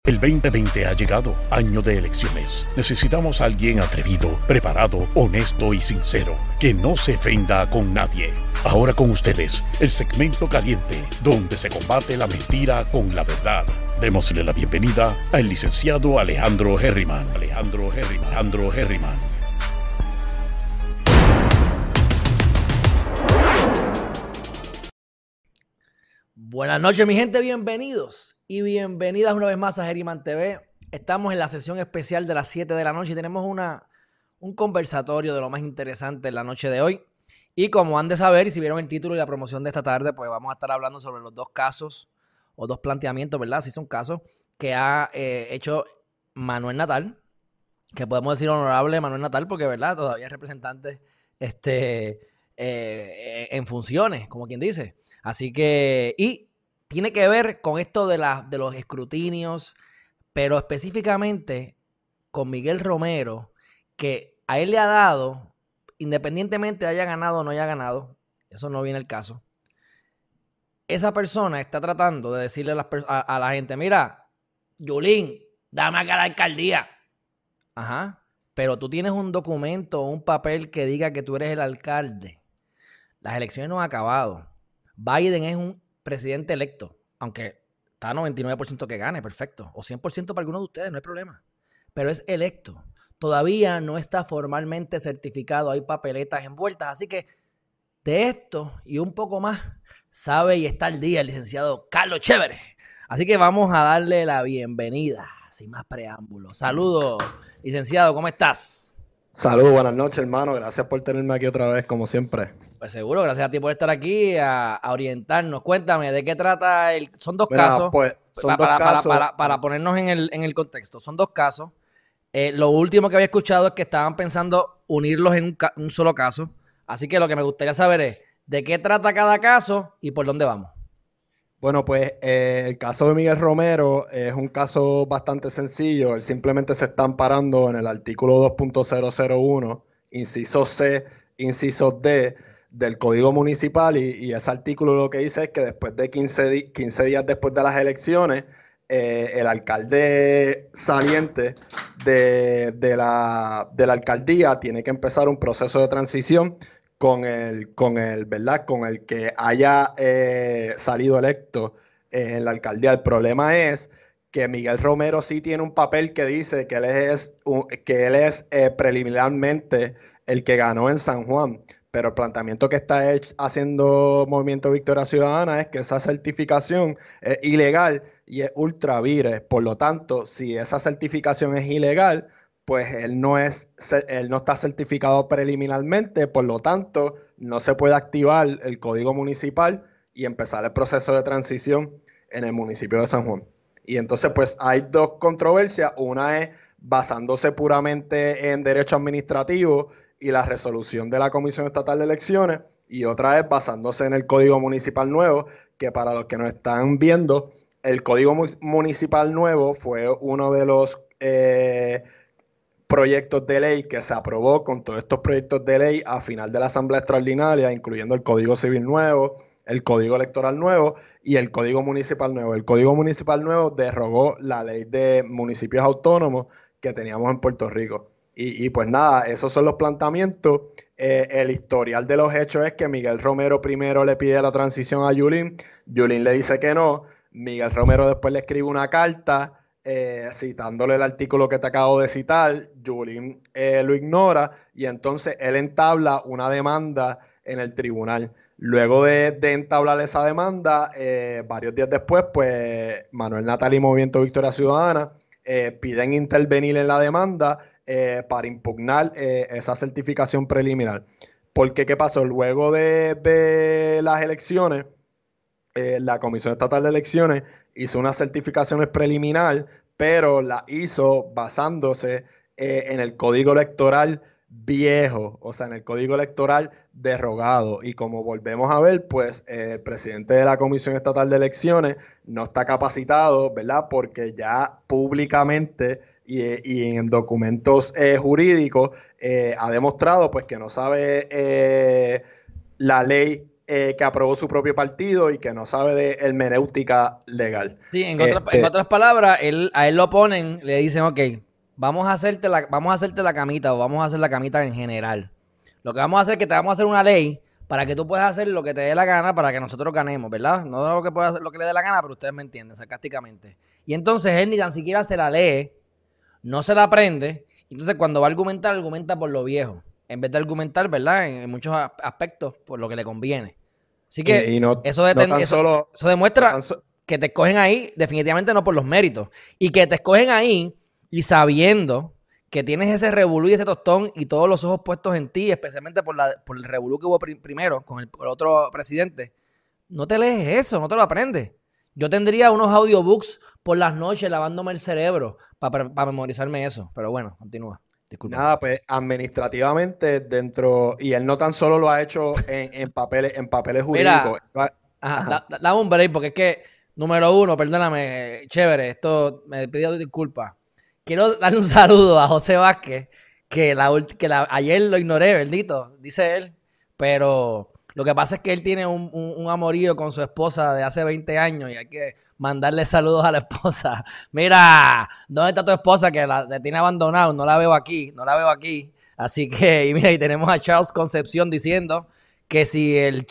El 2020 ha llegado, año de elecciones. Necesitamos a alguien atrevido, preparado, honesto y sincero, que no se ofenda con nadie. Ahora con ustedes, el segmento caliente, donde se combate la mentira con la verdad. Démosle la bienvenida al licenciado Alejandro Herriman. Alejandro Herriman. Buenas noches, mi gente, bienvenidos y bienvenidas una vez más a Herriman TV. Estamos en la sesión especial de las 7 de la noche y tenemos un conversatorio de lo más interesante en la noche de hoy. Y como han de saber, y si vieron el título y la promoción de esta tarde, pues vamos a estar hablando sobre los dos casos o dos planteamientos, ¿verdad? Sí son casos que ha hecho Manuel Natal, que podemos decir honorable Manuel Natal porque, ¿verdad? Todavía es representante en funciones, como quien dice. Así que, y tiene que ver con esto de los escrutinios, pero específicamente con Miguel Romero, que a él le ha dado, independientemente de haya ganado o no haya ganado, eso no viene al caso. Esa persona está tratando de decirle a la gente, mira, Yulín, dame acá la alcaldía. Ajá, pero tú tienes un documento o un papel que diga que tú eres el alcalde. Las elecciones no han acabado. Biden es un presidente electo, aunque está a 99% que gane, perfecto. O 100% para algunos de ustedes, no hay problema. Pero es electo. Todavía no está formalmente certificado, hay papeletas envueltas. Así que de esto y un poco más sabe y está al día el licenciado Carlos Chévere. Así que vamos a darle la bienvenida, sin más preámbulos. Saludos, licenciado, ¿cómo estás? Saludos, buenas noches, hermano. Gracias por tenerme aquí otra vez, como siempre. Pues seguro, gracias a ti por estar aquí a orientarnos. Cuéntame, ¿de qué trata Son dos Mira, casos, pues, son dos casos. para ponernos en el contexto. Son dos casos. Lo último que había escuchado es que estaban pensando unirlos en un solo caso. Así que lo que me gustaría saber es de qué trata cada caso y por dónde vamos. Bueno, pues el caso de Miguel Romero es un caso bastante sencillo. Él simplemente se está amparando en el artículo 2.001, inciso C, inciso D del Código Municipal y ese artículo lo que dice es que después de 15 días después de las elecciones, el alcalde saliente de la alcaldía tiene que empezar un proceso de transición ¿verdad? Con el que haya salido electo en la alcaldía. El problema es que Miguel Romero sí tiene un papel que dice que él es preliminarmente el que ganó en San Juan. Pero el planteamiento que está haciendo Movimiento Victoria Ciudadana es que esa certificación es ilegal y es ultra vires. Por lo tanto, si esa certificación es ilegal, pues él no está certificado preliminarmente, por lo tanto, no se puede activar el código municipal y empezar el proceso de transición en el municipio de San Juan. Y entonces, pues hay dos controversias. Una es basándose puramente en derecho administrativo y la resolución de la Comisión Estatal de Elecciones, y otra es basándose en el Código Municipal Nuevo, que para los que nos están viendo, el Código Municipal Nuevo fue uno de los proyectos de ley que se aprobó con todos estos proyectos de ley a final de la Asamblea Extraordinaria, incluyendo el Código Civil Nuevo, el Código Electoral Nuevo y el Código Municipal Nuevo. El Código Municipal Nuevo derogó la ley de municipios autónomos que teníamos en Puerto Rico. Y pues nada, esos son los planteamientos. El historial de los hechos es que Miguel Romero primero le pide la transición a Yulín. Yulín le dice que no. Miguel Romero después le escribe una carta citándole el artículo que te acabo de citar. Yulín lo ignora y entonces él entabla una demanda en el tribunal. Luego de entablar esa demanda, varios días después, pues Manuel Natal y Movimiento Victoria Ciudadana piden intervenir en la demanda para impugnar esa certificación preliminar. Porque, ¿qué pasó? Luego de las elecciones, la Comisión Estatal de Elecciones hizo unas certificaciones preliminar, pero la hizo basándose en el código electoral viejo, o sea, en el código electoral derogado. Y como volvemos a ver, pues el presidente de la Comisión Estatal de Elecciones no está capacitado, ¿verdad? Porque ya públicamente y en documentos jurídicos ha demostrado pues que no sabe la ley que aprobó su propio partido y que no sabe de hermenéutica legal. Sí, en otras palabras, a él lo ponen, le dicen, ok, vamos a hacerte la camita o vamos a hacer la camita en general. Lo que vamos a hacer es que te vamos a hacer una ley para que tú puedas hacer lo que te dé la gana para que nosotros ganemos, ¿verdad? No lo que pueda hacer lo que le dé la gana, pero ustedes me entienden, sarcásticamente. Y entonces él ni tan siquiera se la lee, no se la aprende, entonces cuando va a argumentar, argumenta por lo viejo, en vez de argumentar, ¿verdad? En muchos aspectos, por lo que le conviene. Así que eso demuestra que te escogen ahí, definitivamente no por los méritos, y que te escogen ahí y sabiendo que tienes ese revolú y ese tostón y todos los ojos puestos en ti, especialmente por el revolú que hubo primero con el otro presidente, no te lees eso, no te lo aprendes. Yo tendría unos audiobooks por las noches lavándome el cerebro para memorizarme eso, pero bueno, continúa. Disculpa. Nada, pues administrativamente dentro, y él no tan solo lo ha hecho en papeles jurídicos. Mira, dame un break porque es que, número uno, perdóname, chévere, esto me pidió disculpas. Quiero darle un saludo a José Vázquez, que ayer lo ignoré, bendito, dice él, pero lo que pasa es que él tiene un amorío con su esposa de hace 20 años y hay que mandarle saludos a la esposa. Mira, ¿dónde está tu esposa que te tiene abandonado? No la veo aquí. Así que, y mira, y tenemos a Charles Concepción diciendo que si el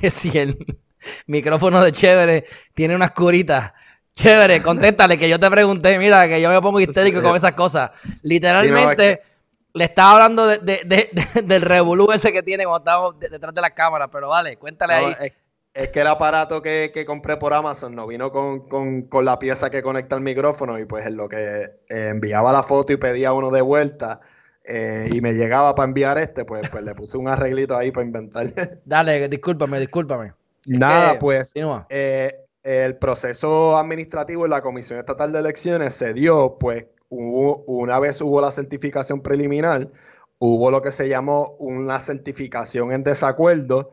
micrófono de Chévere tiene unas curitas. Chévere, contéstale que yo te pregunté, mira, que yo me pongo histérico con esas cosas. Literalmente, le estaba hablando del revolú ese que tiene cuando estamos detrás de las cámaras, pero vale, cuéntale ahí. Es que el aparato que compré por Amazon no vino con la pieza que conecta el micrófono y pues en lo que enviaba la foto y pedía uno de vuelta y me llegaba para enviar pues le puse un arreglito ahí para inventar. Dale, discúlpame. Nada, pues el proceso administrativo en la Comisión Estatal de Elecciones se dio, pues una vez hubo la certificación preliminar, hubo lo que se llamó una certificación en desacuerdo,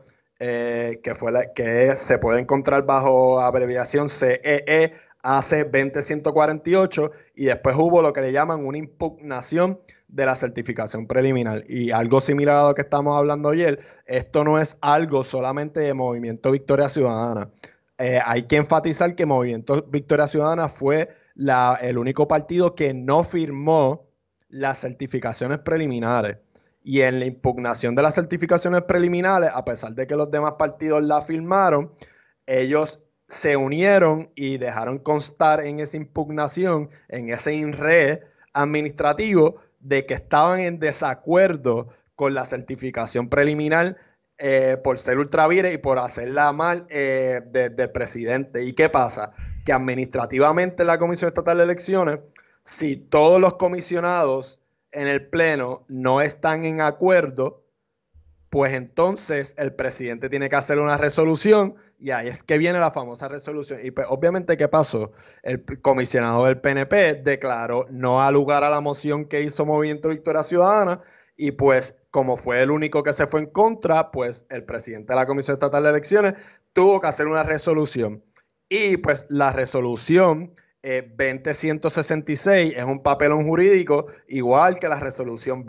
que se puede encontrar bajo abreviación CEE AC 20148, y después hubo lo que le llaman una impugnación de la certificación preliminar. Y algo similar a lo que estamos hablando ayer, esto no es algo solamente de Movimiento Victoria Ciudadana. Hay que enfatizar que Movimiento Victoria Ciudadana fue el único partido que no firmó las certificaciones preliminares. Y en la impugnación de las certificaciones preliminares, a pesar de que los demás partidos la firmaron, ellos se unieron y dejaron constar en esa impugnación, en ese INRE administrativo, de que estaban en desacuerdo con la certificación preliminar por ser ultravires y por hacerla mal del presidente. ¿Y qué pasa? Que administrativamente la Comisión Estatal de Elecciones, si todos los comisionados en el pleno no están en acuerdo, pues entonces el presidente tiene que hacer una resolución y ahí es que viene la famosa resolución. Y pues obviamente, ¿qué pasó? El comisionado del PNP declaró no dar lugar a la moción que hizo Movimiento Victoria Ciudadana y pues como fue el único que se fue en contra, pues el presidente de la Comisión Estatal de Elecciones tuvo que hacer una resolución. Y pues la resolución 20166 es un papelón jurídico igual que la resolución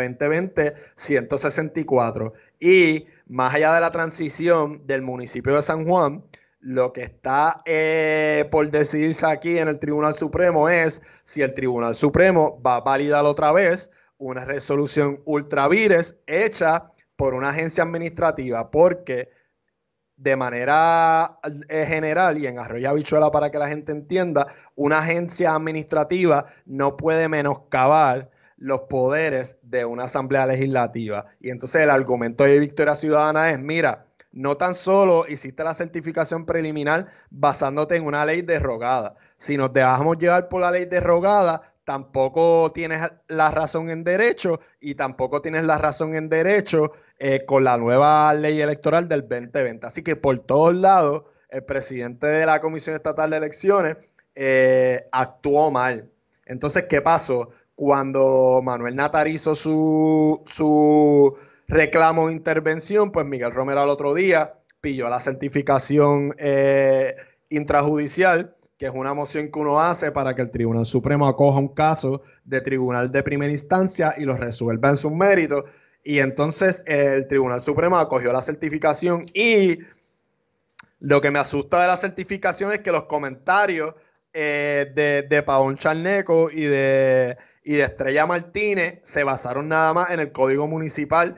2020-164. Y más allá de la transición del municipio de San Juan, lo que está por decidirse aquí en el Tribunal Supremo es si el Tribunal Supremo va a validar otra vez una resolución ultravires hecha por una agencia administrativa, porque de manera general y en arroyo habichuela para que la gente entienda, una agencia administrativa no puede menoscabar los poderes de una asamblea legislativa. Y entonces el argumento de Victoria Ciudadana es, mira, no tan solo hiciste la certificación preliminar basándote en una ley derogada. Si nos dejamos llevar por la ley derogada, tampoco tienes la razón en derecho y tampoco tienes la razón en derecho con la nueva ley electoral del 2020. Así que por todos lados, el presidente de la Comisión Estatal de Elecciones actuó mal. Entonces, ¿qué pasó? Cuando Manuel Natar hizo su reclamo de intervención, pues Miguel Romero al otro día pilló la certificación intrajudicial, que es una moción que uno hace para que el Tribunal Supremo acoja un caso de tribunal de primera instancia y lo resuelva en sus méritos. Y entonces el Tribunal Supremo acogió la certificación y Lo que me asusta de la certificación es que los comentarios de Pavón Charneco y de Estrella Martínez se basaron nada más en el código municipal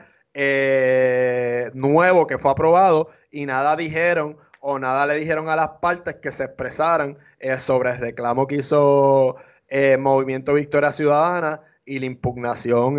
nuevo que fue aprobado y nada dijeron o nada le dijeron a las partes que se expresaran sobre el reclamo que hizo Movimiento Victoria Ciudadana y la impugnación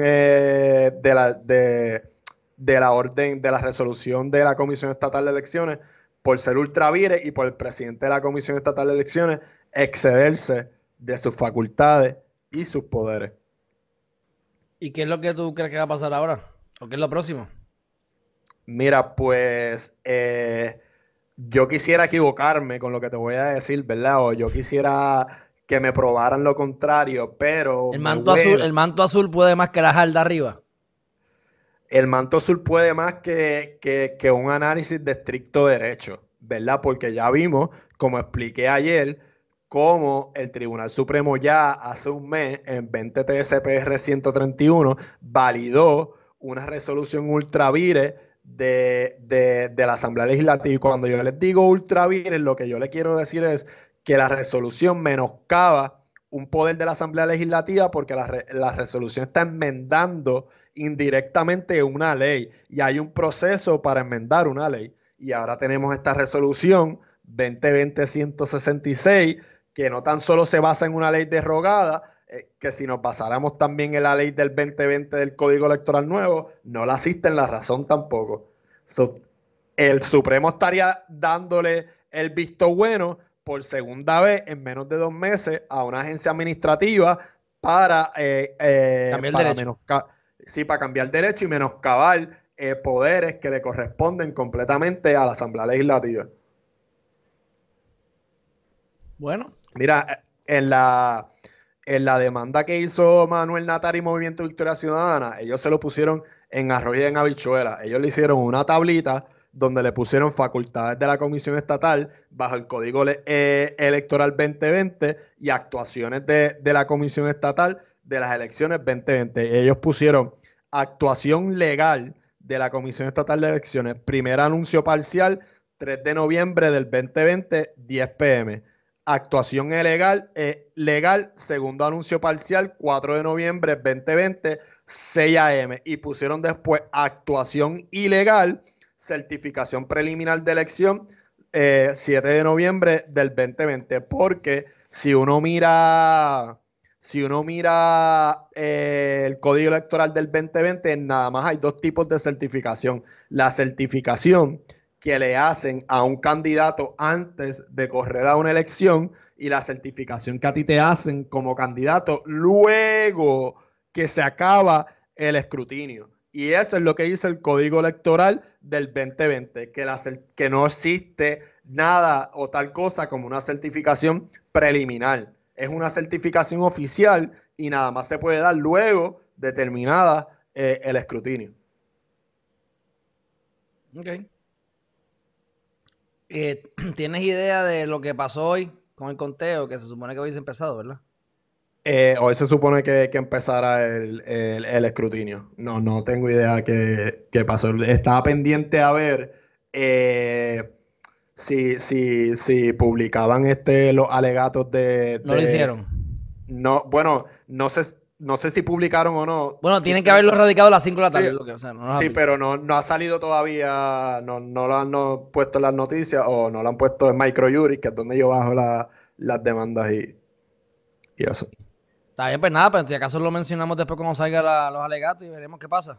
de la orden, de la resolución de la Comisión Estatal de Elecciones por ser ultravires y por el presidente de la Comisión Estatal de Elecciones excederse de sus facultades y sus poderes. ¿Y qué es lo que tú crees que va a pasar ahora? ¿O qué es lo próximo? Mira, pues yo quisiera equivocarme con lo que te voy a decir, ¿verdad? O yo quisiera que me probaran lo contrario, pero El manto azul puede más que la jarda arriba. El manto azul puede más que un análisis de estricto derecho, ¿verdad? Porque ya vimos, como expliqué ayer, cómo el Tribunal Supremo ya hace un mes, en 20 TSPR 131, validó una resolución ultravires de la Asamblea Legislativa. Y cuando yo les digo ultravires, lo que yo le quiero decir es que la resolución menoscaba un poder de la Asamblea Legislativa porque la resolución está enmendando indirectamente una ley y hay un proceso para enmendar una ley. Y ahora tenemos esta resolución 2020-166 que no tan solo se basa en una ley derogada, que si nos basáramos también en la ley del 2020 del Código Electoral nuevo, no la asiste en la razón tampoco. El Supremo estaría dándole el visto bueno por segunda vez en menos de 2 meses a una agencia administrativa para cambiar derecho y menoscabar poderes que le corresponden completamente a la Asamblea Legislativa. Bueno. Mira, en la demanda que hizo Manuel Natar y Movimiento Victoria Ciudadana, ellos se lo pusieron en arroz y en habichuela. Ellos le hicieron una tablita donde le pusieron facultades de la Comisión Estatal bajo el Código Electoral 2020 y actuaciones de la Comisión Estatal de las elecciones 2020. Ellos pusieron actuación legal de la Comisión Estatal de Elecciones, primer anuncio parcial, 3 de noviembre del 2020, 10 p.m. Actuación legal, segundo anuncio parcial, 4 de noviembre 2020, 6 a.m. Y pusieron después actuación ilegal, certificación preliminar de elección, 7 de noviembre del 2020. Porque si uno mira el Código Electoral del 2020, nada más hay 2 tipos de certificación. La certificación que le hacen a un candidato antes de correr a una elección y la certificación que a ti te hacen como candidato luego que se acaba el escrutinio. Y eso es lo que dice el Código Electoral del 2020, que no existe nada o tal cosa como una certificación preliminar. Es una certificación oficial y nada más se puede dar luego de terminada el escrutinio. Ok. ¿Tienes idea de lo que pasó hoy con el conteo? Que se supone que hubiese empezado, ¿verdad? Hoy se supone que empezara el escrutinio. No tengo idea qué pasó. Estaba pendiente a ver si publicaban los alegatos de... No lo hicieron. No, bueno, no sé si publicaron o no. Bueno, tienen que haberlo radicado a las 5 de la tarde. Sí, sí, pero no ha salido todavía, no lo han puesto en las noticias o no lo han puesto en Microjuris, que es donde yo bajo las demandas y eso. Está bien, pues nada, pues si acaso lo mencionamos después cuando salgan los alegatos y veremos qué pasa.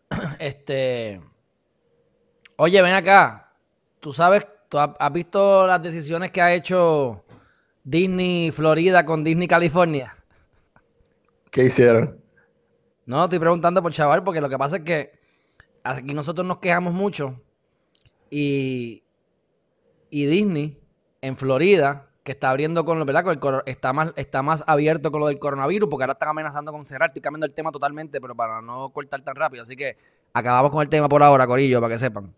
Oye, ven acá. ¿Tú has visto las decisiones que ha hecho Disney Florida con Disney California? ¿Qué hicieron? No, estoy preguntando por chaval, porque lo que pasa es que aquí nosotros nos quejamos mucho y Disney en Florida, que está abriendo con lo, ¿verdad? Está más abierto con lo del coronavirus, porque ahora están amenazando con cerrar. Estoy cambiando el tema totalmente, pero para no cortar tan rápido. Así que acabamos con el tema por ahora, corillo, para que sepan.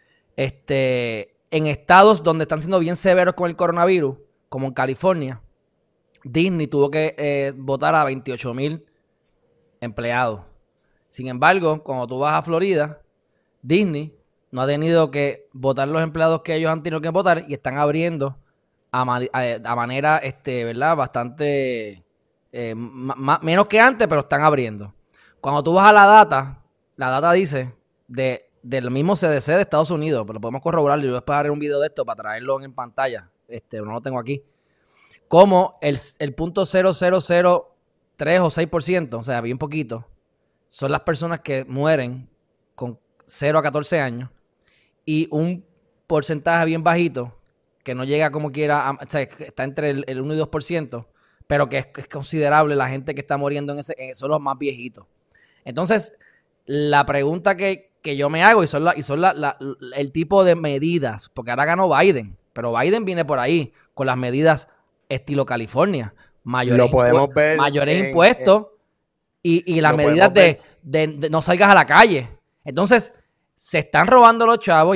En estados donde están siendo bien severos con el coronavirus, como en California, Disney tuvo que votar a 28,000 empleados. Sin embargo, cuando tú vas a Florida, Disney no ha tenido que votar los empleados que ellos han tenido que votar y están abriendo a manera, ¿verdad? Bastante menos que antes, pero están abriendo. Cuando tú vas a la data dice del mismo CDC de Estados Unidos, pero lo podemos corroborar. Yo después haré un video de esto para traerlo en pantalla. No lo tengo aquí. Como el .0003 o 6%, o sea, bien poquito, son las personas que mueren con 0 a 14 años y un porcentaje bien bajito que no llega como quiera, o sea, está entre el 1 y 2%, pero que es considerable la gente que está muriendo son los más viejitos. Entonces, la pregunta que yo me hago y son el tipo de medidas, porque ahora ganó Biden, pero Biden viene por ahí con las medidas estilo California, mayores impuestos y las medidas de no salgas a la calle. Entonces, se están robando los chavos y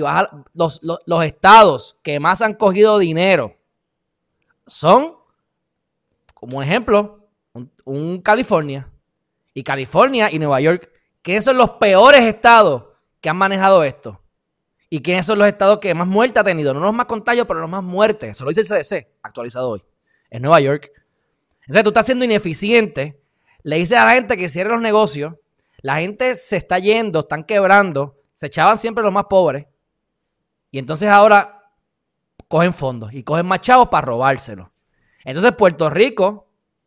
los estados que más han cogido dinero son, como ejemplo, un California. Y California y Nueva York, ¿quiénes son los peores estados que han manejado esto? ¿Y quiénes son los estados que más muertes ha tenido? No los más contagios, pero los más muertes. Eso lo dice el CDC, actualizado hoy. Es Nueva York. Entonces tú estás siendo ineficiente. Le dices a la gente que cierre los negocios. La gente se está yendo, están quebrando. Se echaban siempre los más pobres. Y entonces ahora cogen fondos y cogen más chavos para robárselos. Entonces Puerto Rico,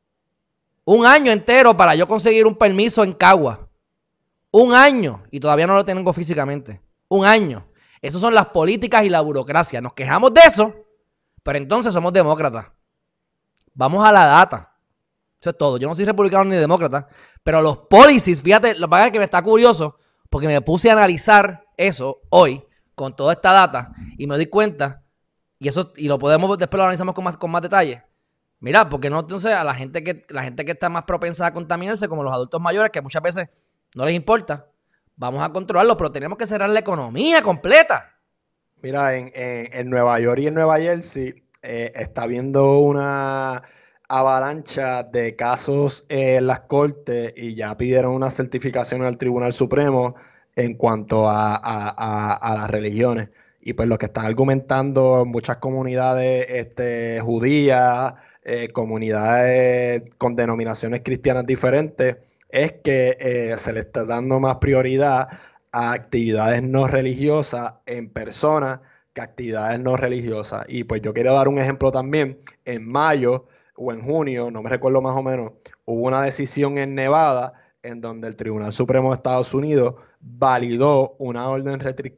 un año entero para yo conseguir un permiso en Cagua. Un año. Y todavía no lo tengo físicamente. Un año. Esas son las políticas y la burocracia. Nos quejamos de eso, pero entonces somos demócratas. Vamos a la data. Eso es todo. Yo no soy republicano ni demócrata, pero los policies, fíjate, lo que pasa es que me está curioso porque me puse a analizar eso hoy con toda esta data y me doy cuenta, y lo podemos, después lo analizamos con más detalle. Mira, porque no entonces a la gente que está más propensa a contaminarse, como los adultos mayores, que muchas veces no les importa, vamos a controlarlo, pero tenemos que cerrar la economía completa. Mira, en Nueva York y en Nueva Jersey está habiendo una avalancha de casos en las cortes y ya pidieron una certificación al Tribunal Supremo en cuanto a las religiones. Y pues lo que están argumentando muchas comunidades judías, comunidades con denominaciones cristianas diferentes, es que se le está dando más prioridad a actividades no religiosas en personas que actividades no religiosas. Y pues yo quiero dar un ejemplo también. En mayo o en junio, no me recuerdo más o menos, hubo una decisión en Nevada en donde el Tribunal Supremo de Estados Unidos validó una orden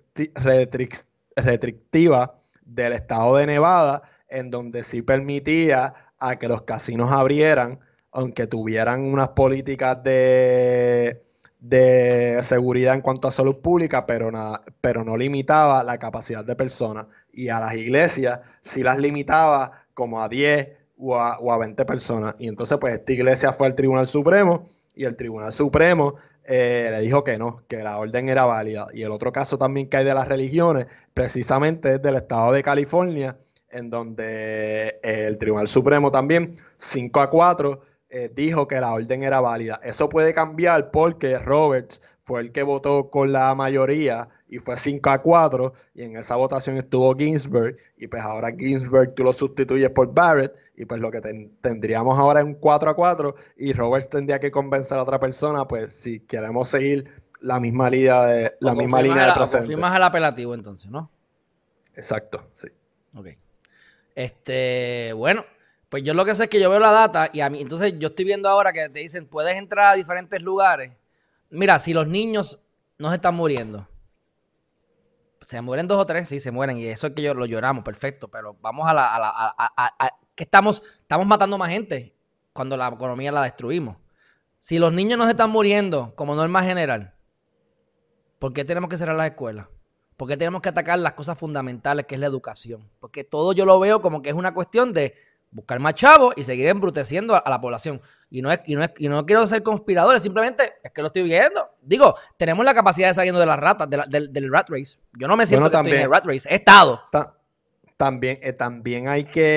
restrictiva del estado de Nevada en donde sí permitía a que los casinos abrieran, aunque tuvieran unas políticas de seguridad en cuanto a salud pública, pero no limitaba la capacidad de personas. Y a las iglesias sí las limitaba como a 10 o a 20 personas. Y entonces pues esta iglesia fue al Tribunal Supremo y el Tribunal Supremo le dijo que no, que la orden era válida. Y el otro caso también que hay de las religiones, precisamente es del estado de California, en donde el Tribunal Supremo también 5-4 dijo que la orden era válida. Eso puede cambiar porque Roberts fue el que votó con la mayoría y fue 5-4 y en esa votación estuvo Ginsburg y pues ahora Ginsburg tú lo sustituyes por Barrett y pues lo que tendríamos ahora es un 4-4 y Roberts tendría que convencer a otra persona pues si queremos seguir la misma línea de precedente. Confirmas el apelativo entonces, ¿no? Exacto, sí. Ok. Bueno, pues yo lo que sé es que yo veo la data y a mí, entonces yo estoy viendo ahora que te dicen puedes entrar a diferentes lugares. Mira, si los niños no se están muriendo, se mueren 2 o 3, sí, se mueren y eso es que lo lloramos, perfecto, pero vamos que estamos matando más gente cuando la economía la destruimos. Si los niños no se están muriendo como norma general, ¿por qué tenemos que cerrar las escuelas? ¿Por qué tenemos que atacar las cosas fundamentales que es la educación? Porque todo yo lo veo como que es una cuestión de buscar más chavos y seguir embruteciendo a la población. Y no quiero ser conspirador, simplemente es que lo estoy viendo. Digo, tenemos la capacidad de salir de las ratas, del rat race. Yo no me siento que estoy en el rat race. He estado. también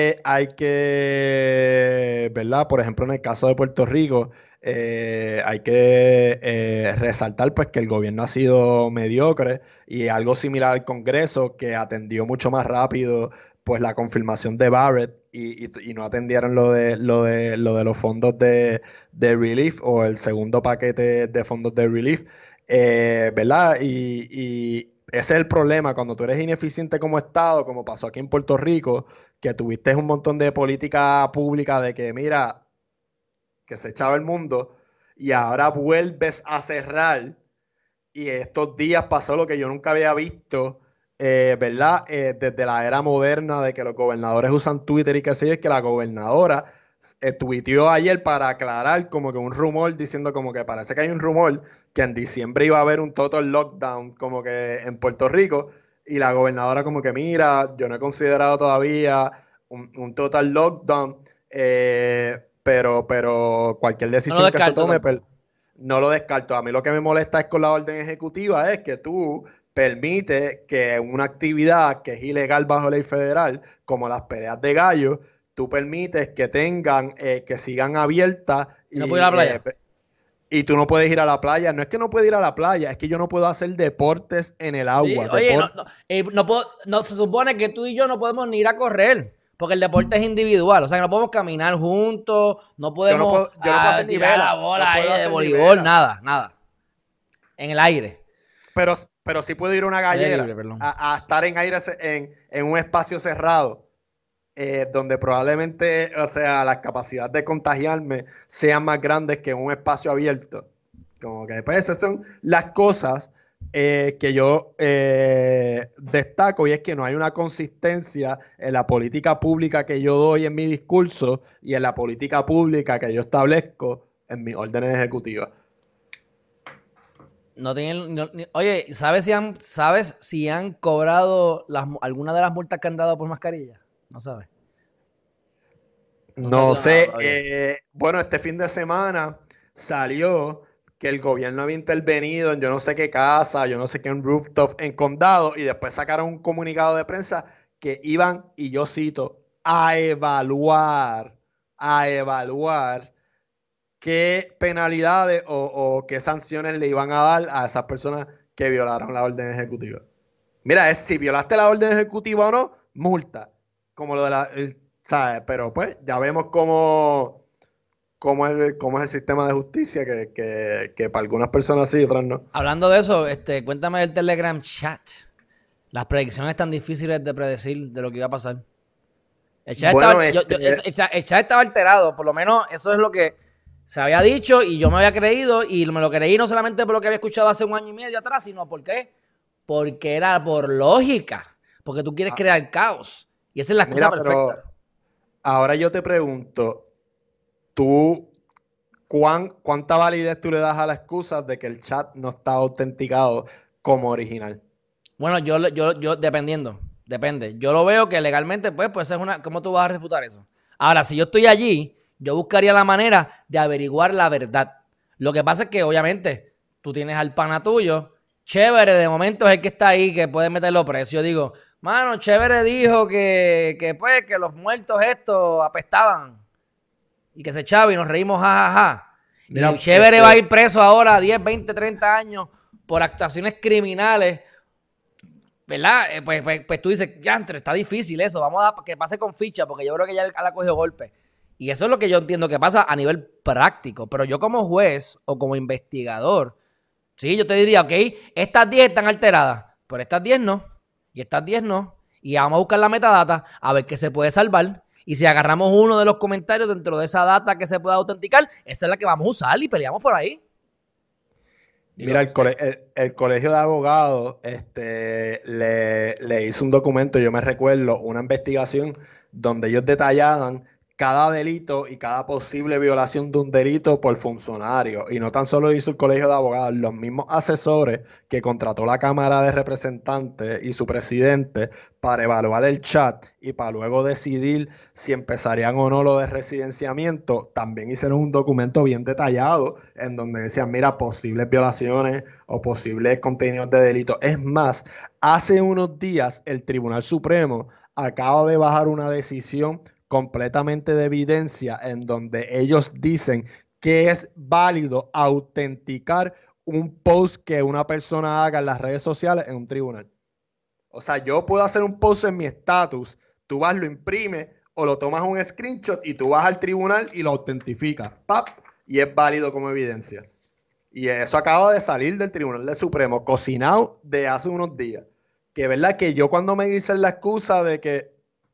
¿verdad? Por ejemplo, en el caso de Puerto Rico, hay que resaltar pues que el gobierno ha sido mediocre y algo similar al Congreso, que atendió mucho más rápido pues la confirmación de Barrett y no atendieron lo de los fondos de relief o el segundo paquete de fondos de relief, ¿verdad? Y ese es el problema cuando tú eres ineficiente como Estado, como pasó aquí en Puerto Rico, que tuviste un montón de política pública de que, mira, que se echaba el mundo y ahora vuelves a cerrar y estos días pasó lo que yo nunca había visto, ¿verdad? Desde la era moderna de que los gobernadores usan Twitter y qué sé yo, es que la gobernadora tuiteó ayer para aclarar como que un rumor diciendo como que parece que hay un rumor que en diciembre iba a haber un total lockdown como que en Puerto Rico y la gobernadora como que mira, yo no he considerado todavía un total lockdown, pero cualquier No lo decisión que se descarto tome, tampoco. no lo descarto. A mí lo que me molesta es con la orden ejecutiva es que tú permites que una actividad que es ilegal bajo ley federal, como las peleas de gallo, tú permites que tengan, que sigan abiertas ¿Y no puedo ir a la playa? y tú no puedes ir a la playa. No es que no puedes ir a la playa, es que yo no puedo hacer deportes en el Sí, agua. oye, no puedo, no, se supone que tú y yo no podemos ni ir a correr, porque el deporte es individual, o sea que no podemos caminar juntos, no podemos Yo no puedo hacer ni tirar la vela, bola no ahí puedo de hacer ni voleibol, vela. nada, nada, en el aire, Pero sí puedo ir a una aire gallera, libre, perdón. a estar en un espacio cerrado. Donde probablemente, o sea, las capacidades de contagiarme sean más grandes que en un espacio abierto. Como que, pues, esas son las cosas que yo destaco y es que no hay una consistencia en la política pública que yo doy en mi discurso y en la política pública que yo establezco en mis órdenes ejecutivas. No tienen, oye, ¿sabes si han cobrado alguna de las multas que han dado por mascarilla? No sabes. No se ha No tirado nada sé, todavía. bueno, este fin de semana salió que el gobierno había intervenido en yo no sé qué casa, yo no sé qué en rooftop en condado y después sacaron un comunicado de prensa que iban, y yo cito, a evaluar qué penalidades o qué sanciones le iban a dar a esas personas que violaron la orden ejecutiva. Mira, es si violaste la orden ejecutiva o no, multa. Como lo de ¿sabes? Pero pues ya vemos cómo es el sistema de justicia, que para algunas personas sí y otras no. Hablando de eso, cuéntame del Telegram chat. Las predicciones tan difíciles de predecir de lo que iba a pasar. El chat, Bueno, el chat estaba alterado, por lo menos eso es lo que se había dicho y yo me había creído y me lo creí no solamente por lo que había escuchado hace un año y medio atrás, sino ¿por qué? Porque era por lógica, porque tú quieres ah, crear caos y esa es la excusa mira, perfecta. pero ahora yo te pregunto, ¿tú cuánta validez tú le das a la excusa de que el chat no está autenticado como original? Bueno, yo dependiendo, depende. Yo lo veo que legalmente, pues es una, ¿cómo tú vas a refutar eso? Ahora, si yo estoy allí, yo buscaría la manera de averiguar la verdad. Lo que pasa es que, obviamente, tú tienes al pana tuyo, chévere, de momento es el que está ahí, que puede meterlo precio. Yo digo, mano, chévere dijo pues, que los muertos estos apestaban y que se echaba y nos reímos, jajaja. Y Mira, chévere va a ir preso ahora 10, 20, 30 años por actuaciones criminales. ¿Verdad? Pues tú dices, ya, está difícil eso, vamos a que pase con ficha, porque yo creo que ya él ha cogido golpe. Y eso es lo que yo entiendo que pasa a nivel práctico. Pero yo como juez o como investigador, sí, yo te diría, ok, estas 10 están alteradas, pero estas 10 no, y estas 10 no. Y vamos a buscar la metadata a ver qué se puede salvar. Y si agarramos uno de los comentarios dentro de esa data que se pueda autenticar, esa es la que vamos a usar y peleamos por ahí. Digo, mira, no sé. el colegio de abogados le hizo un documento, yo me recuerdo, una investigación donde ellos detallaban cada delito y cada posible violación de un delito por funcionario. Y no tan solo lo hizo el colegio de abogados, los mismos asesores que contrató la Cámara de Representantes y su presidente para evaluar el chat y para luego decidir si empezarían o no lo de residenciamiento, también hicieron un documento bien detallado en donde decían, mira, posibles violaciones o posibles contenidos de delito. Es más, hace unos días el Tribunal Supremo acaba de bajar una decisión completamente de evidencia en donde ellos dicen que es válido autenticar un post que una persona haga en las redes sociales en un tribunal. O sea, yo puedo hacer un post en mi estatus, tú vas, lo imprimes o lo tomas un screenshot y tú vas al tribunal y lo autentificas, ¡pap! Y es válido como evidencia. Y eso acaba de salir del Tribunal del Supremo, cocinado de hace unos días. Que verdad que yo cuando me dicen la excusa de que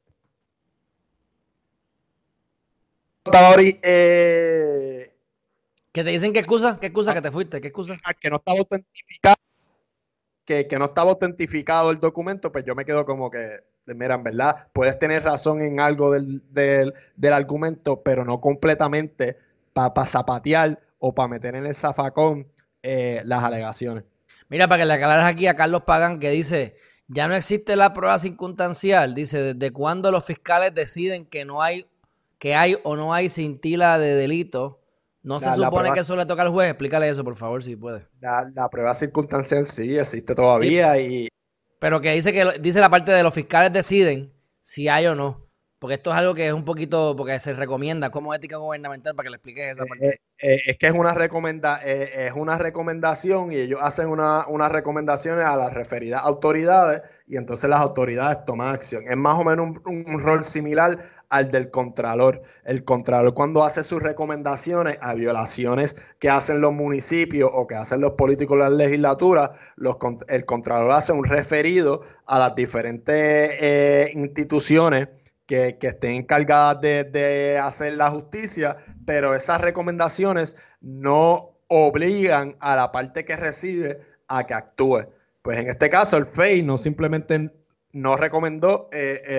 ¿Que te dicen qué excusa? ¿Qué excusa que te fuiste? ¿Qué excusa? que no estaba autentificado, que no estaba autentificado el documento, pues yo me quedo como que, mira, en verdad, puedes tener razón en algo del argumento, pero no completamente para zapatear o para meter en el zafacón las alegaciones. Mira, para que le aclares aquí a Carlos Pagán, que dice, ya no existe la prueba circunstancial. Dice, ¿desde cuándo los fiscales deciden que hay o no hay cintila de delito? ¿No se supone que eso le toca al juez? Explícale eso, por favor, si puede. La prueba circunstancial sí existe todavía. Sí. Pero que dice la parte de los fiscales deciden si hay o no. Porque esto es algo que es un poquito, porque se recomienda como ética gubernamental, para que le expliques esa parte. Es que es una recomendación y ellos hacen unas recomendaciones a las referidas autoridades y entonces las autoridades toman acción. Es más o menos un rol similar al del Contralor. El Contralor, cuando hace sus recomendaciones a violaciones que hacen los municipios o que hacen los políticos de la legislatura, el Contralor hace un referido a las diferentes instituciones que estén encargadas de hacer la justicia, pero esas recomendaciones no obligan a la parte que recibe a que actúe. Pues en este caso el FEI no simplemente no recomendó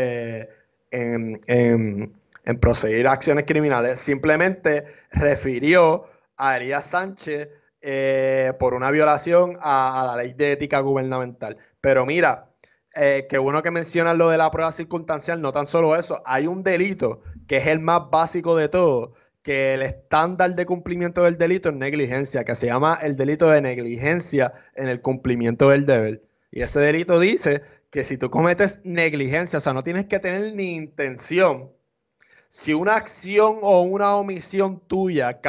en proseguir acciones criminales, simplemente refirió a Elías Sánchez por una violación a la ley de ética gubernamental. Pero mira, que uno que menciona lo de la prueba circunstancial, no tan solo eso, hay un delito que es el más básico de todo, que el estándar de cumplimiento del delito es negligencia, que se llama el delito de negligencia en el cumplimiento del deber. Y ese delito dice que si tú cometes negligencia, o sea, no tienes que tener ni intención, si una acción o una omisión tuya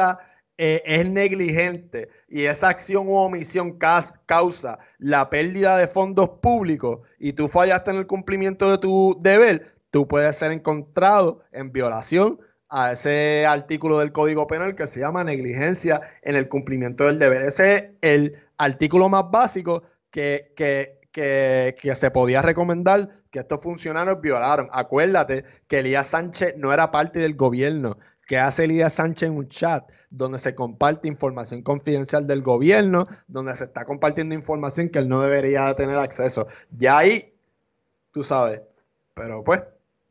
es negligente y esa acción u omisión causa la pérdida de fondos públicos y tú fallaste en el cumplimiento de tu deber, tú puedes ser encontrado en violación a ese artículo del Código Penal que se llama negligencia en el cumplimiento del deber. Ese es el artículo más básico que se podía recomendar que estos funcionarios violaron. Acuérdate que Elías Sánchez no era parte del gobierno. ¿Qué hace Elías Sánchez en un chat donde se comparte información confidencial del gobierno, donde se está compartiendo información que él no debería tener acceso? Ya ahí, tú sabes. Pero pues,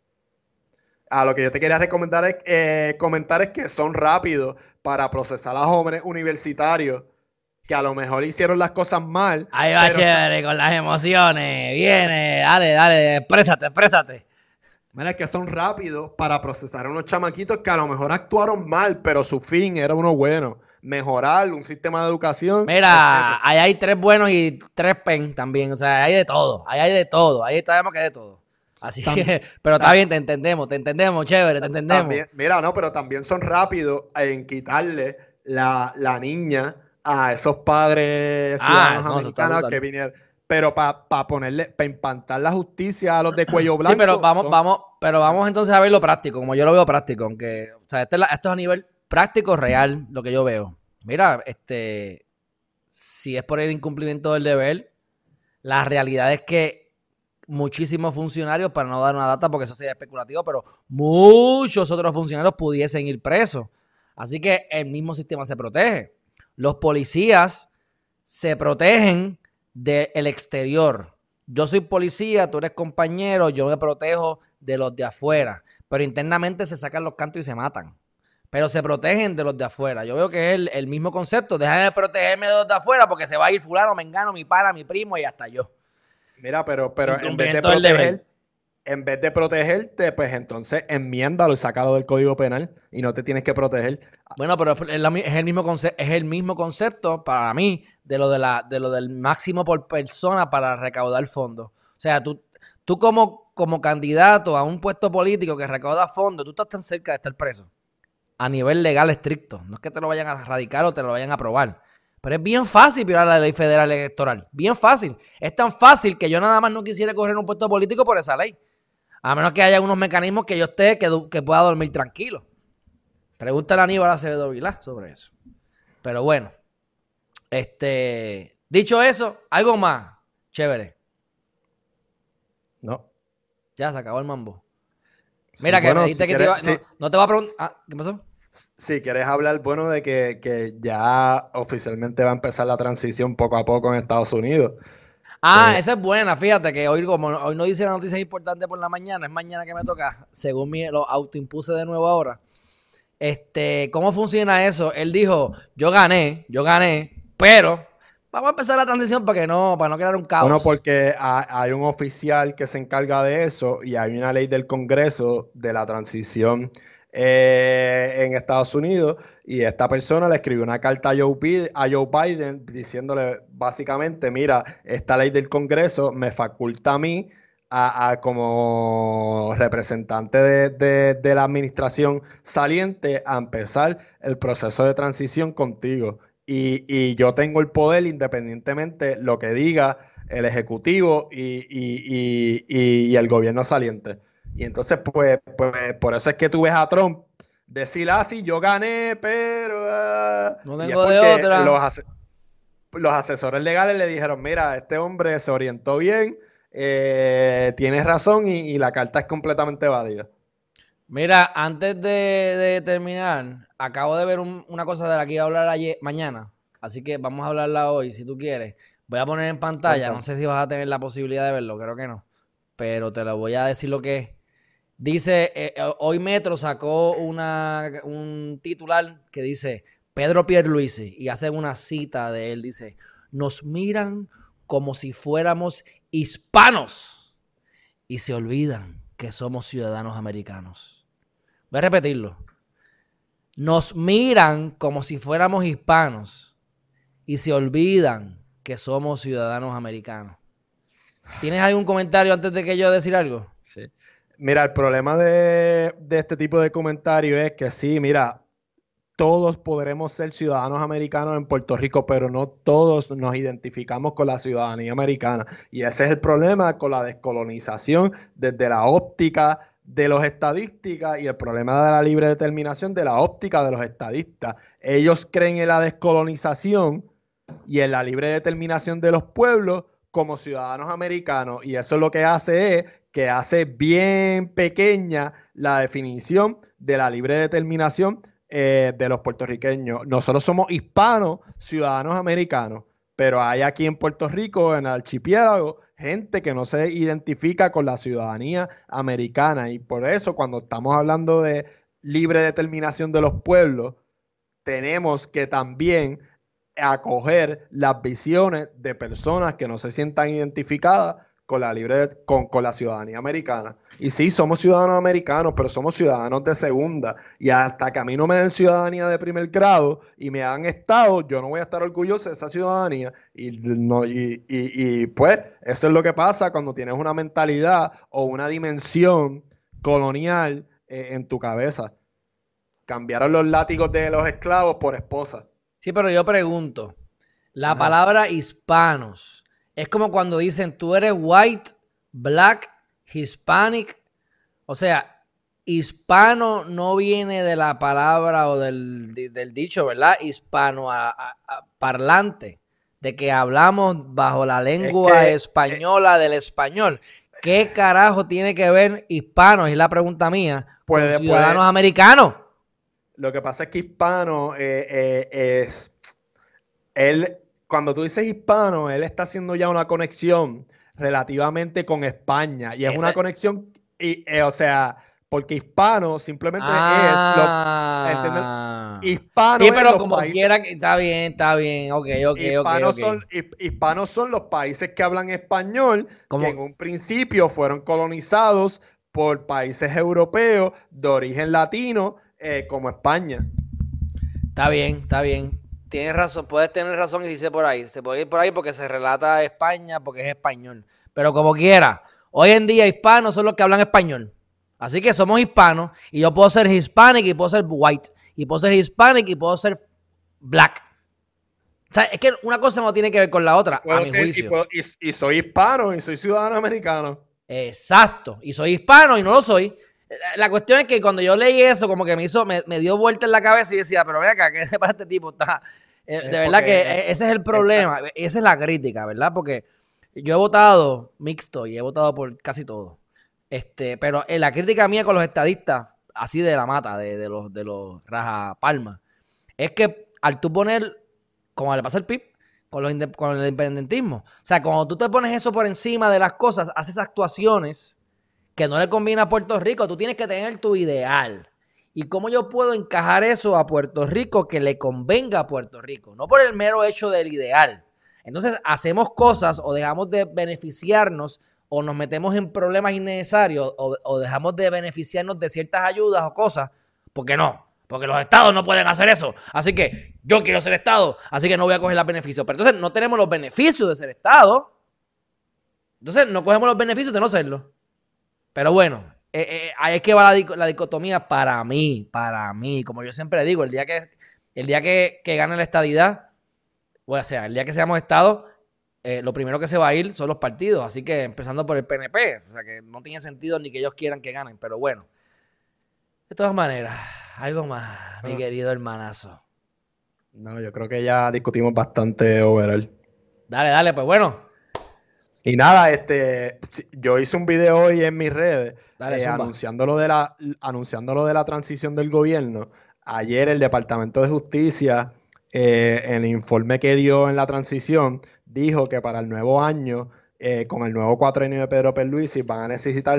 a lo que yo te quería comentar es que son rápidos para procesar a jóvenes universitarios que a lo mejor hicieron las cosas mal. Ahí va, chévere, con las emociones. Viene, dale, exprésate. Mira, que son rápidos para procesar a unos chamaquitos que a lo mejor actuaron mal, pero su fin era uno bueno. Mejorar un sistema de educación. Mira, ahí hay 3 buenos y 3 pen también. O sea, hay de todo. Ahí sabemos que hay de todo. Así que, pero está bien, te entendemos, chévere, te entendemos. También, mira, no, pero también son rápidos en quitarle la niña a esos padres ciudadanos americanos que vinieron. Pero para empantar la justicia a los de cuello blanco. Sí, pero vamos entonces a ver lo práctico, como yo lo veo práctico, aunque, o sea, esto es a nivel práctico real, lo que yo veo. Mira, si es por el incumplimiento del deber, la realidad es que muchísimos funcionarios, para no dar una data porque eso sería especulativo, pero muchos otros funcionarios pudiesen ir presos. Así que el mismo sistema se protege. Los policías se protegen del exterior. Yo soy policía, tú eres compañero, yo me protejo de los de afuera. Pero internamente se sacan los cantos y se matan. Pero se protegen de los de afuera. Yo veo que es el mismo concepto. Déjame de protegerme de los de afuera porque se va a ir fulano, mengano, mi pana, mi primo y hasta yo. Mira, pero en vez de protegerte, pues entonces enmiéndalo y sácalo del Código Penal y no te tienes que proteger. Bueno, pero es el mismo concepto para mí de lo del máximo por persona para recaudar fondos. O sea, tú como como candidato a un puesto político que recauda fondos, tú estás tan cerca de estar preso. A nivel legal estricto. No es que te lo vayan a radicar o te lo vayan a aprobar. Pero es bien fácil violar la ley federal electoral. Bien fácil. Es tan fácil que yo nada más no quisiera correr un puesto político por esa ley. A menos que haya unos mecanismos que yo esté, que pueda dormir tranquilo. Pregúntale a Aníbal Acevedo Vilá sobre eso. Pero bueno. Dicho eso, algo más. Chévere. No. Ya se acabó el mambo. Mira, Sí, que bueno, me dijiste si que quieres, te iba... No te voy a preguntar... ¿qué pasó? si quieres hablar, bueno, de que ya oficialmente va a empezar la transición poco a poco en Estados Unidos. Esa es buena, fíjate que hoy no dice la noticia importante por la mañana, es mañana que me toca, según lo autoimpuse de nuevo ahora. ¿Cómo funciona eso? Él dijo, yo gané, pero vamos a empezar la transición para no crear un caos. Bueno, porque hay un oficial que se encarga de eso y hay una ley del Congreso de la transición en Estados Unidos, y esta persona le escribió una carta a Joe Biden diciéndole básicamente, mira, esta ley del Congreso me faculta a mí como representante de la administración saliente a empezar el proceso de transición contigo. Y yo tengo el poder independientemente lo que diga el Ejecutivo y el gobierno saliente. Y entonces, pues, por eso es que tú ves a Trump decir, sí, yo gané, pero... no y es tengo de porque otra. los asesores legales le dijeron, mira, este hombre se orientó bien, tienes razón y la carta es completamente válida. Mira, antes de terminar, acabo de ver una cosa de la que iba a hablar mañana, así que vamos a hablarla hoy, si tú quieres. Voy a poner en pantalla, no sé si vas a tener la posibilidad de verlo, creo que no, pero te lo voy a decir lo que es. Dice, hoy Metro sacó un titular que dice, Pedro Pierluisi, y hace una cita de él, dice, nos miran como si fuéramos hispanos y se olvidan que somos ciudadanos americanos. Voy a repetirlo. Nos miran como si fuéramos hispanos y se olvidan que somos ciudadanos americanos. ¿Tienes algún comentario antes de que yo decir algo? Sí. Mira, el problema de este tipo de comentarios es que sí, mira, todos podremos ser ciudadanos americanos en Puerto Rico, pero no todos nos identificamos con la ciudadanía americana. Y ese es el problema con la descolonización desde la óptica de los estadistas y el problema de la libre determinación de la óptica de los estadistas. Ellos creen en la descolonización y en la libre determinación de los pueblos como ciudadanos americanos, y eso lo que hace es que hace bien pequeña la definición de la libre determinación de los puertorriqueños. Nosotros somos hispanos, ciudadanos americanos, pero hay aquí en Puerto Rico, en el archipiélago, gente que no se identifica con la ciudadanía americana, y por eso cuando estamos hablando de libre determinación de los pueblos, tenemos que también acoger las visiones de personas que no se sientan identificadas con la ciudadanía americana. Y sí, somos ciudadanos americanos, pero somos ciudadanos de segunda. Y hasta que a mí no me den ciudadanía de primer grado y me hagan estado, yo no voy a estar orgulloso de esa ciudadanía. Y pues, eso es lo que pasa cuando tienes una mentalidad o una dimensión colonial en tu cabeza. Cambiaron los látigos de los esclavos por esposas. Sí, pero yo pregunto, la palabra hispanos es como cuando dicen tú eres white, black, hispanic. O sea, hispano no viene de la palabra o del dicho, ¿verdad? Hispano parlante, de que hablamos bajo la lengua española del español. ¿Qué carajo tiene que ver hispanos? Es la pregunta mía. Con ciudadanos americanos. Lo que pasa es que hispano es... Cuando tú dices hispano, él está haciendo ya una conexión relativamente con España. Y es una conexión, o sea, porque hispano simplemente ¿entiendes? Hispano sí, pero como países, quiera, está bien, ok. Hispanos son los países que hablan español, que en un principio fueron colonizados por países europeos de origen latino, como España. Está bien. Tienes razón, puedes tener razón y dice por ahí. Se puede ir por ahí porque se relata España, porque es español. Pero como quiera, Hoy en día hispanos son los que hablan español. Así que somos hispanos y yo puedo ser hispanic y puedo ser white. Y puedo ser hispanic y puedo ser black. O sea, es que una cosa no tiene que ver con la otra, a mi juicio. Y soy hispano y soy ciudadano americano. Exacto. Y soy hispano y no lo soy. La cuestión es que cuando yo leí eso, como que me dio vuelta en la cabeza y decía, pero ven acá, ¿qué para este tipo? Está... de verdad que ese es el problema. Esa es la crítica, ¿verdad? Porque yo he votado mixto y he votado por casi todo. Pero la crítica mía con los estadistas, así de la mata, de los rajapalmas, es que al tú poner, como le pasa al PIB, con el independentismo, o sea, cuando tú te pones eso por encima de las cosas, haces actuaciones que no le conviene a Puerto Rico. Tú tienes que tener tu ideal. ¿Y cómo yo puedo encajar eso a Puerto Rico que le convenga a Puerto Rico? No por el mero hecho del ideal. Entonces, hacemos cosas o dejamos de beneficiarnos o nos metemos en problemas innecesarios o dejamos de beneficiarnos de ciertas ayudas o cosas. ¿Por qué no? Porque los estados no pueden hacer eso. Así que yo quiero ser estado, así que no voy a coger los beneficios. Pero entonces no tenemos los beneficios de ser estado. Entonces no cogemos los beneficios de no serlo. Pero bueno, ahí es que va la dicotomía para mí. Como yo siempre digo, el día que gane la estadidad, o sea, el día que seamos estado, lo primero que se va a ir son los partidos. Así que empezando por el PNP. O sea, que no tiene sentido ni que ellos quieran que ganen. Pero bueno, de todas maneras, algo más, mi querido hermanazo. No, yo creo que ya discutimos bastante overall. Dale, pues bueno. Y nada, yo hice un video hoy en mis redes anunciando lo de la transición del gobierno. Ayer el Departamento de Justicia, en el informe que dio en la transición, dijo que para el nuevo año, con el nuevo cuatrienio de Pedro Pierluisi, van a necesitar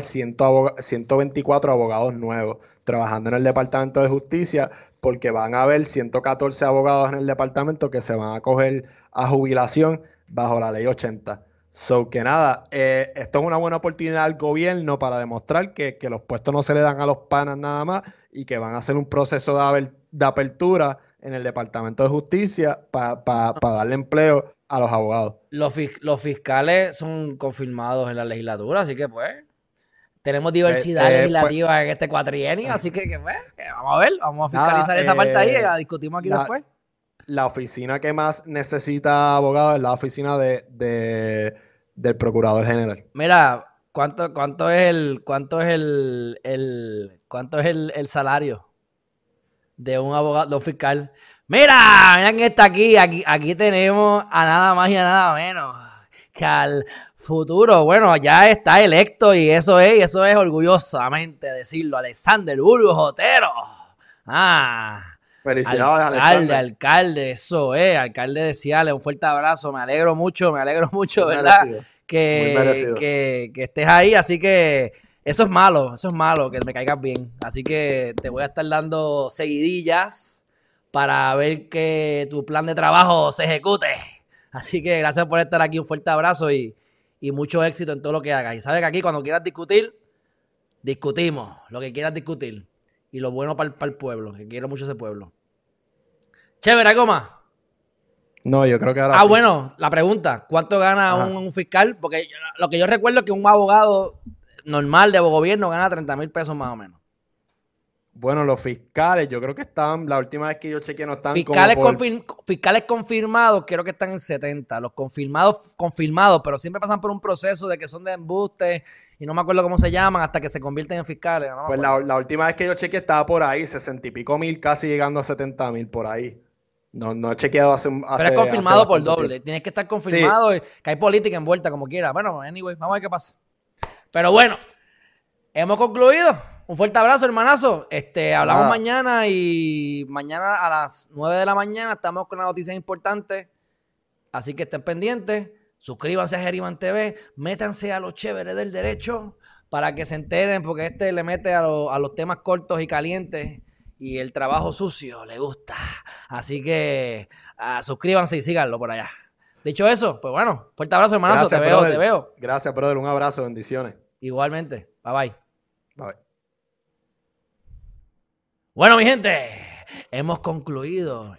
124 abogados nuevos trabajando en el Departamento de Justicia, porque van a haber 114 abogados en el departamento que se van a coger a jubilación bajo la ley 80. So que nada, esto es una buena oportunidad al gobierno para demostrar que los puestos no se le dan a los panas nada más y que van a hacer un proceso de apertura en el Departamento de Justicia para darle empleo a los abogados. Los fiscales son confirmados en la legislatura, así que pues tenemos diversidad legislativa en este cuatrienio, así que pues, vamos a ver, vamos a fiscalizar esa parte ahí y la discutimos aquí después. La oficina que más necesita abogados es la oficina del Procurador General. Mira, ¿cuánto es el salario de un abogado, de un fiscal? Mira quién está aquí tenemos a nada más y a nada menos que al futuro, bueno, ya está electo y eso es orgullosamente decirlo, Alexander Burgos Otero. Felicidades, alcalde, eso es, alcalde de Ciales, un fuerte abrazo, me alegro mucho, ¿verdad? Que estés ahí, así que eso es malo, que me caigas bien, así que te voy a estar dando seguidillas para ver que tu plan de trabajo se ejecute, así que gracias por estar aquí, un fuerte abrazo y mucho éxito en todo lo que hagas, y sabes que aquí cuando quieras discutir, discutimos lo que quieras discutir. Y lo bueno para el pueblo, que quiero mucho ese pueblo. Chévere, ¿algo más? No, yo creo que ahora sí. Bueno, la pregunta, ¿cuánto gana un fiscal? Porque lo que yo recuerdo es que un abogado normal de gobierno gana 30,000 pesos más o menos. Bueno, los fiscales, yo creo que están, la última vez que yo chequeé no están Fiscales confirmados, creo que están en 70. Los confirmados, pero siempre pasan por un proceso de que son de embuste y no me acuerdo cómo se llaman hasta que se convierten en fiscales. No pues la última vez que yo chequeé estaba por ahí, 60 y pico mil, casi llegando a 70,000 por ahí. No he chequeado hace pero es confirmado por doble. Tiempo. Tienes que estar confirmado, sí. Que hay política envuelta como quiera. Bueno, anyway, vamos a ver qué pasa. Pero bueno, hemos concluido. Un fuerte abrazo, hermanazo. Hablamos mañana y mañana a las 9 de la mañana estamos con las noticias importantes. Así que estén pendientes. Suscríbanse a Geriman TV. Métanse a los chéveres del derecho para que se enteren, porque le mete a los temas cortos y calientes y el trabajo sucio le gusta. Así que suscríbanse y síganlo por allá. Dicho eso, pues bueno, fuerte abrazo, hermanazo. Gracias, te veo. Gracias, brother. Un abrazo, bendiciones. Igualmente. Bye, bye. Bye. Bueno, mi gente, hemos concluido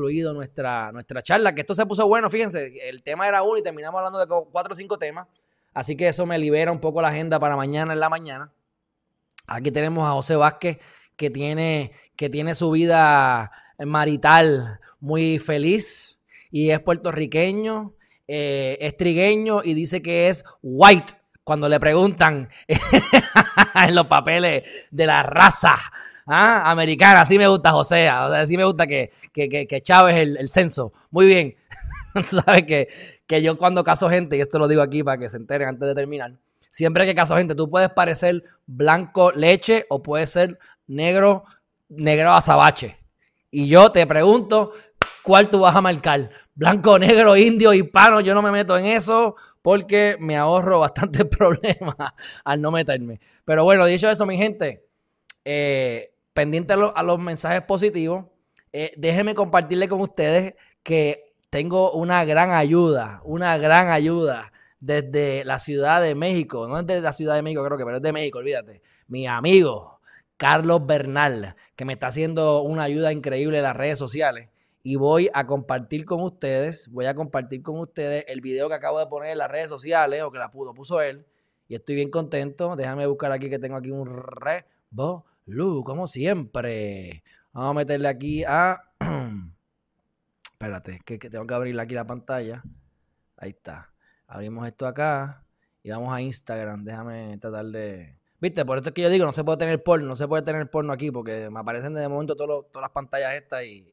nuestra charla, que esto se puso bueno, fíjense, el tema era uno y terminamos hablando de 4 o 5 temas, Así que eso me libera un poco la agenda para mañana en la mañana. Aquí tenemos a José Vázquez, que tiene su vida marital muy feliz y es puertorriqueño, es trigueño y dice que es white cuando le preguntan en los papeles de la raza americana. Así me gusta José, o sea, así me gusta que Chávez el censo. Muy bien. Tú sabes que yo cuando caso gente, y esto lo digo aquí para que se enteren antes de terminar, siempre que caso gente, tú puedes parecer blanco leche o puedes ser negro azabache. Y yo te pregunto, ¿cuál tú vas a marcar? Blanco, negro, indio, hispano. Yo no me meto en eso porque me ahorro bastantes problemas al no meterme. Pero bueno, dicho eso, mi gente, pendiente a los mensajes positivos, déjenme compartirle con ustedes que tengo una gran ayuda desde la Ciudad de México. No es de la Ciudad de México, creo que, pero es de México, olvídate. Mi amigo Carlos Bernal, que me está haciendo una ayuda increíble en las redes sociales. Y voy a compartir con ustedes el video que acabo de poner en las redes sociales, o que lo puso él. Y estoy bien contento. Déjame buscar aquí, que tengo aquí un revolú, como siempre. Vamos a meterle aquí a... Espérate, que tengo que abrirle aquí la pantalla. Ahí está. Abrimos esto acá y vamos a Instagram. Déjame tratar de... ¿Viste? Por eso es que yo digo, no se puede tener porno aquí porque me aparecen de momento todas las pantallas estas y...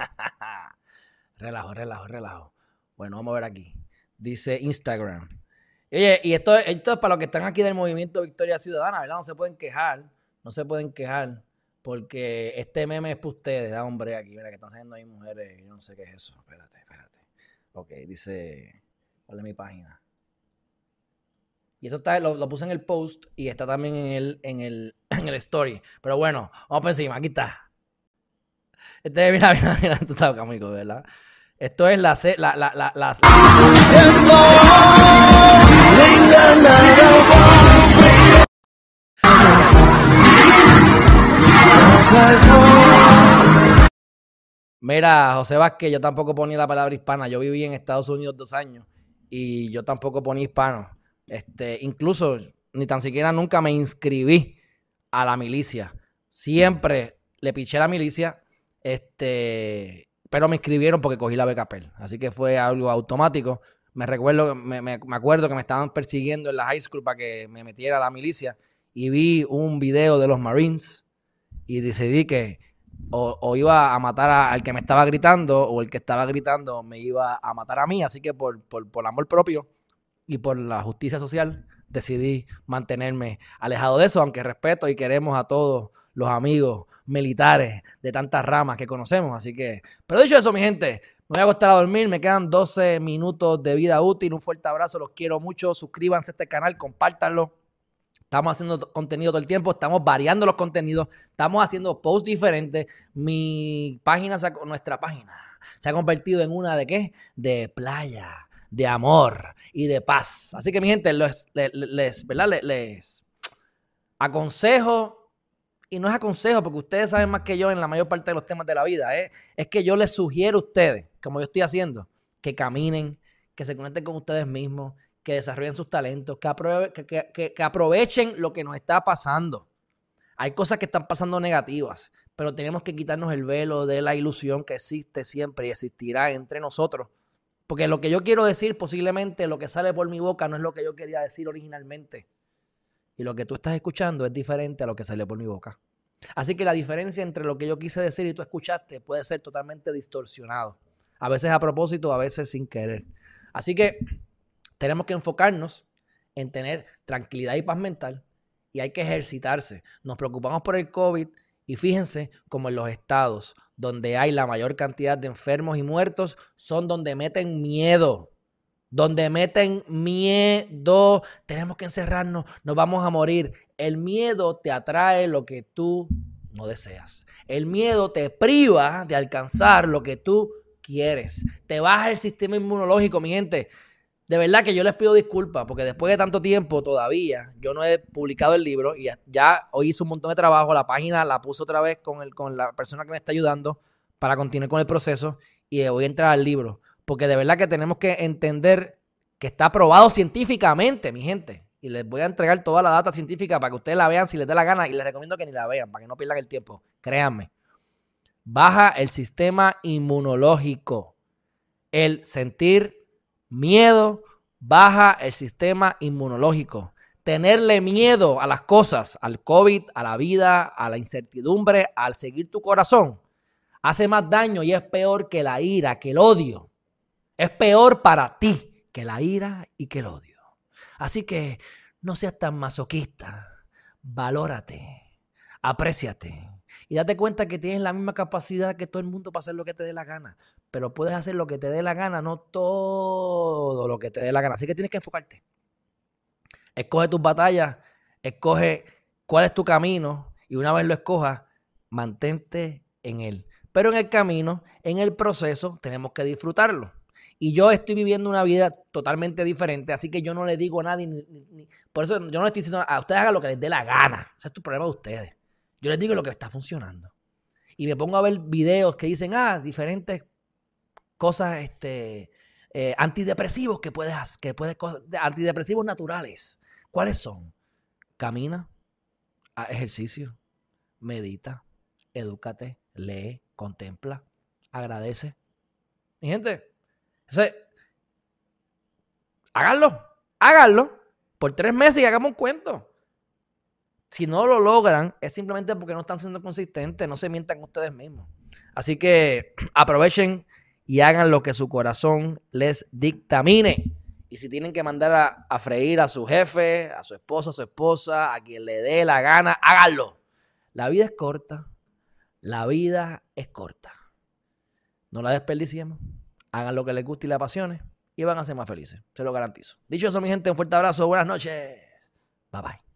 Relajo. Bueno, vamos a ver aquí. Dice Instagram. Oye, y esto es para los que están aquí del movimiento Victoria Ciudadana, ¿verdad? No se pueden quejar porque este meme es para ustedes. Da hombre aquí, mira que están saliendo ahí mujeres, yo no sé qué es eso. Espérate. Ok, dice... ¿Cuál es mi página? Y esto está, lo puse en el post y está también en el story. Pero bueno, vamos por encima. Aquí está. Mira, esto está cómico, ¿verdad? Esto es Mira, José Vázquez, yo tampoco ponía la palabra hispana. Yo viví en Estados Unidos 2 años y yo tampoco ponía hispano. Incluso ni tan siquiera nunca me inscribí a la milicia. Siempre le piché a la milicia, pero me inscribieron porque cogí la beca Pell. Así que fue algo automático. Me acuerdo que me estaban persiguiendo en la high school para que me metiera a la milicia y vi un video de los Marines y decidí que o iba a matar al que me estaba gritando o el que estaba gritando me iba a matar a mí. Así que por amor propio y por la justicia social decidí mantenerme alejado de eso, aunque respeto y queremos a todos los amigos militares de tantas ramas que conocemos. Así que, pero dicho eso, mi gente, me voy a acostar a dormir. Me quedan 12 minutos de vida útil. Un fuerte abrazo, los quiero mucho. Suscríbanse a este canal, compártanlo. Estamos haciendo contenido todo el tiempo, estamos variando los contenidos, estamos haciendo posts diferentes. Nuestra página se ha convertido en una ¿de qué? De playa, de amor y de paz. Así que mi gente, les aconsejo, y no es aconsejo porque ustedes saben más que yo en la mayor parte de los temas de la vida, es que yo les sugiero a ustedes, como yo estoy haciendo, que caminen, que se conecten con ustedes mismos, que desarrollen sus talentos, que aprovechen lo que nos está pasando. Hay cosas que están pasando negativas, pero tenemos que quitarnos el velo de la ilusión que existe siempre y existirá entre nosotros. Porque lo que yo quiero decir, posiblemente lo que sale por mi boca no es lo que yo quería decir originalmente. Y lo que tú estás escuchando es diferente a lo que sale por mi boca. Así que la diferencia entre lo que yo quise decir y tú escuchaste puede ser totalmente distorsionado. A veces a propósito, a veces sin querer. Así que tenemos que enfocarnos en tener tranquilidad y paz mental y hay que ejercitarse. Nos preocupamos por el COVID y fíjense como en los estados donde hay la mayor cantidad de enfermos y muertos son donde meten miedo. Tenemos que encerrarnos, nos vamos a morir. El miedo te atrae lo que tú no deseas. El miedo te priva de alcanzar lo que tú quieres. Te baja el sistema inmunológico, mi gente. De verdad que yo les pido disculpas porque después de tanto tiempo todavía yo no he publicado el libro y ya hoy hice un montón de trabajo. La página la puse otra vez con la persona que me está ayudando para continuar con el proceso y voy a entrar al libro porque de verdad que tenemos que entender que está probado científicamente, mi gente. Y les voy a entregar toda la data científica para que ustedes la vean si les dé la gana. Y les recomiendo que ni la vean, para que no pierdan el tiempo. Créanme. Baja el sistema inmunológico. El sentir miedo baja el sistema inmunológico. Tenerle miedo a las cosas, al COVID, a la vida, a la incertidumbre, al seguir tu corazón, hace más daño y es peor que la ira, que el odio. Es peor para ti que la ira y que el odio. Así que no seas tan masoquista. Valórate, apréciate y date cuenta que tienes la misma capacidad que todo el mundo para hacer lo que te dé la gana. Pero puedes hacer lo que te dé la gana, no todo lo que te dé la gana. Así que tienes que enfocarte. Escoge tus batallas, escoge cuál es tu camino y una vez lo escojas, mantente en él. Pero en el camino, en el proceso, tenemos que disfrutarlo. Y yo estoy viviendo una vida totalmente diferente, así que yo no le digo a nadie, por eso yo no les estoy diciendo a ustedes hagan lo que les dé la gana. Ese es tu problema de ustedes. Yo les digo lo que está funcionando. Y me pongo a ver videos que dicen, diferentes cosas antidepresivos que puedes antidepresivos naturales. ¿Cuáles son? Camina, haz ejercicio, medita, edúcate, lee, contempla, agradece. Mi gente, háganlo por 3 meses y hagamos un cuento. Si no lo logran, es simplemente porque no están siendo consistentes, no se mientan ustedes mismos. Así que aprovechen y hagan lo que su corazón les dictamine. Y si tienen que mandar a freír a su jefe, a su esposo, a su esposa, a quien le dé la gana, háganlo. La vida es corta. La vida es corta. No la desperdiciemos. Hagan lo que les guste y les apasione y van a ser más felices. Se lo garantizo. Dicho eso, mi gente, un fuerte abrazo. Buenas noches. Bye bye.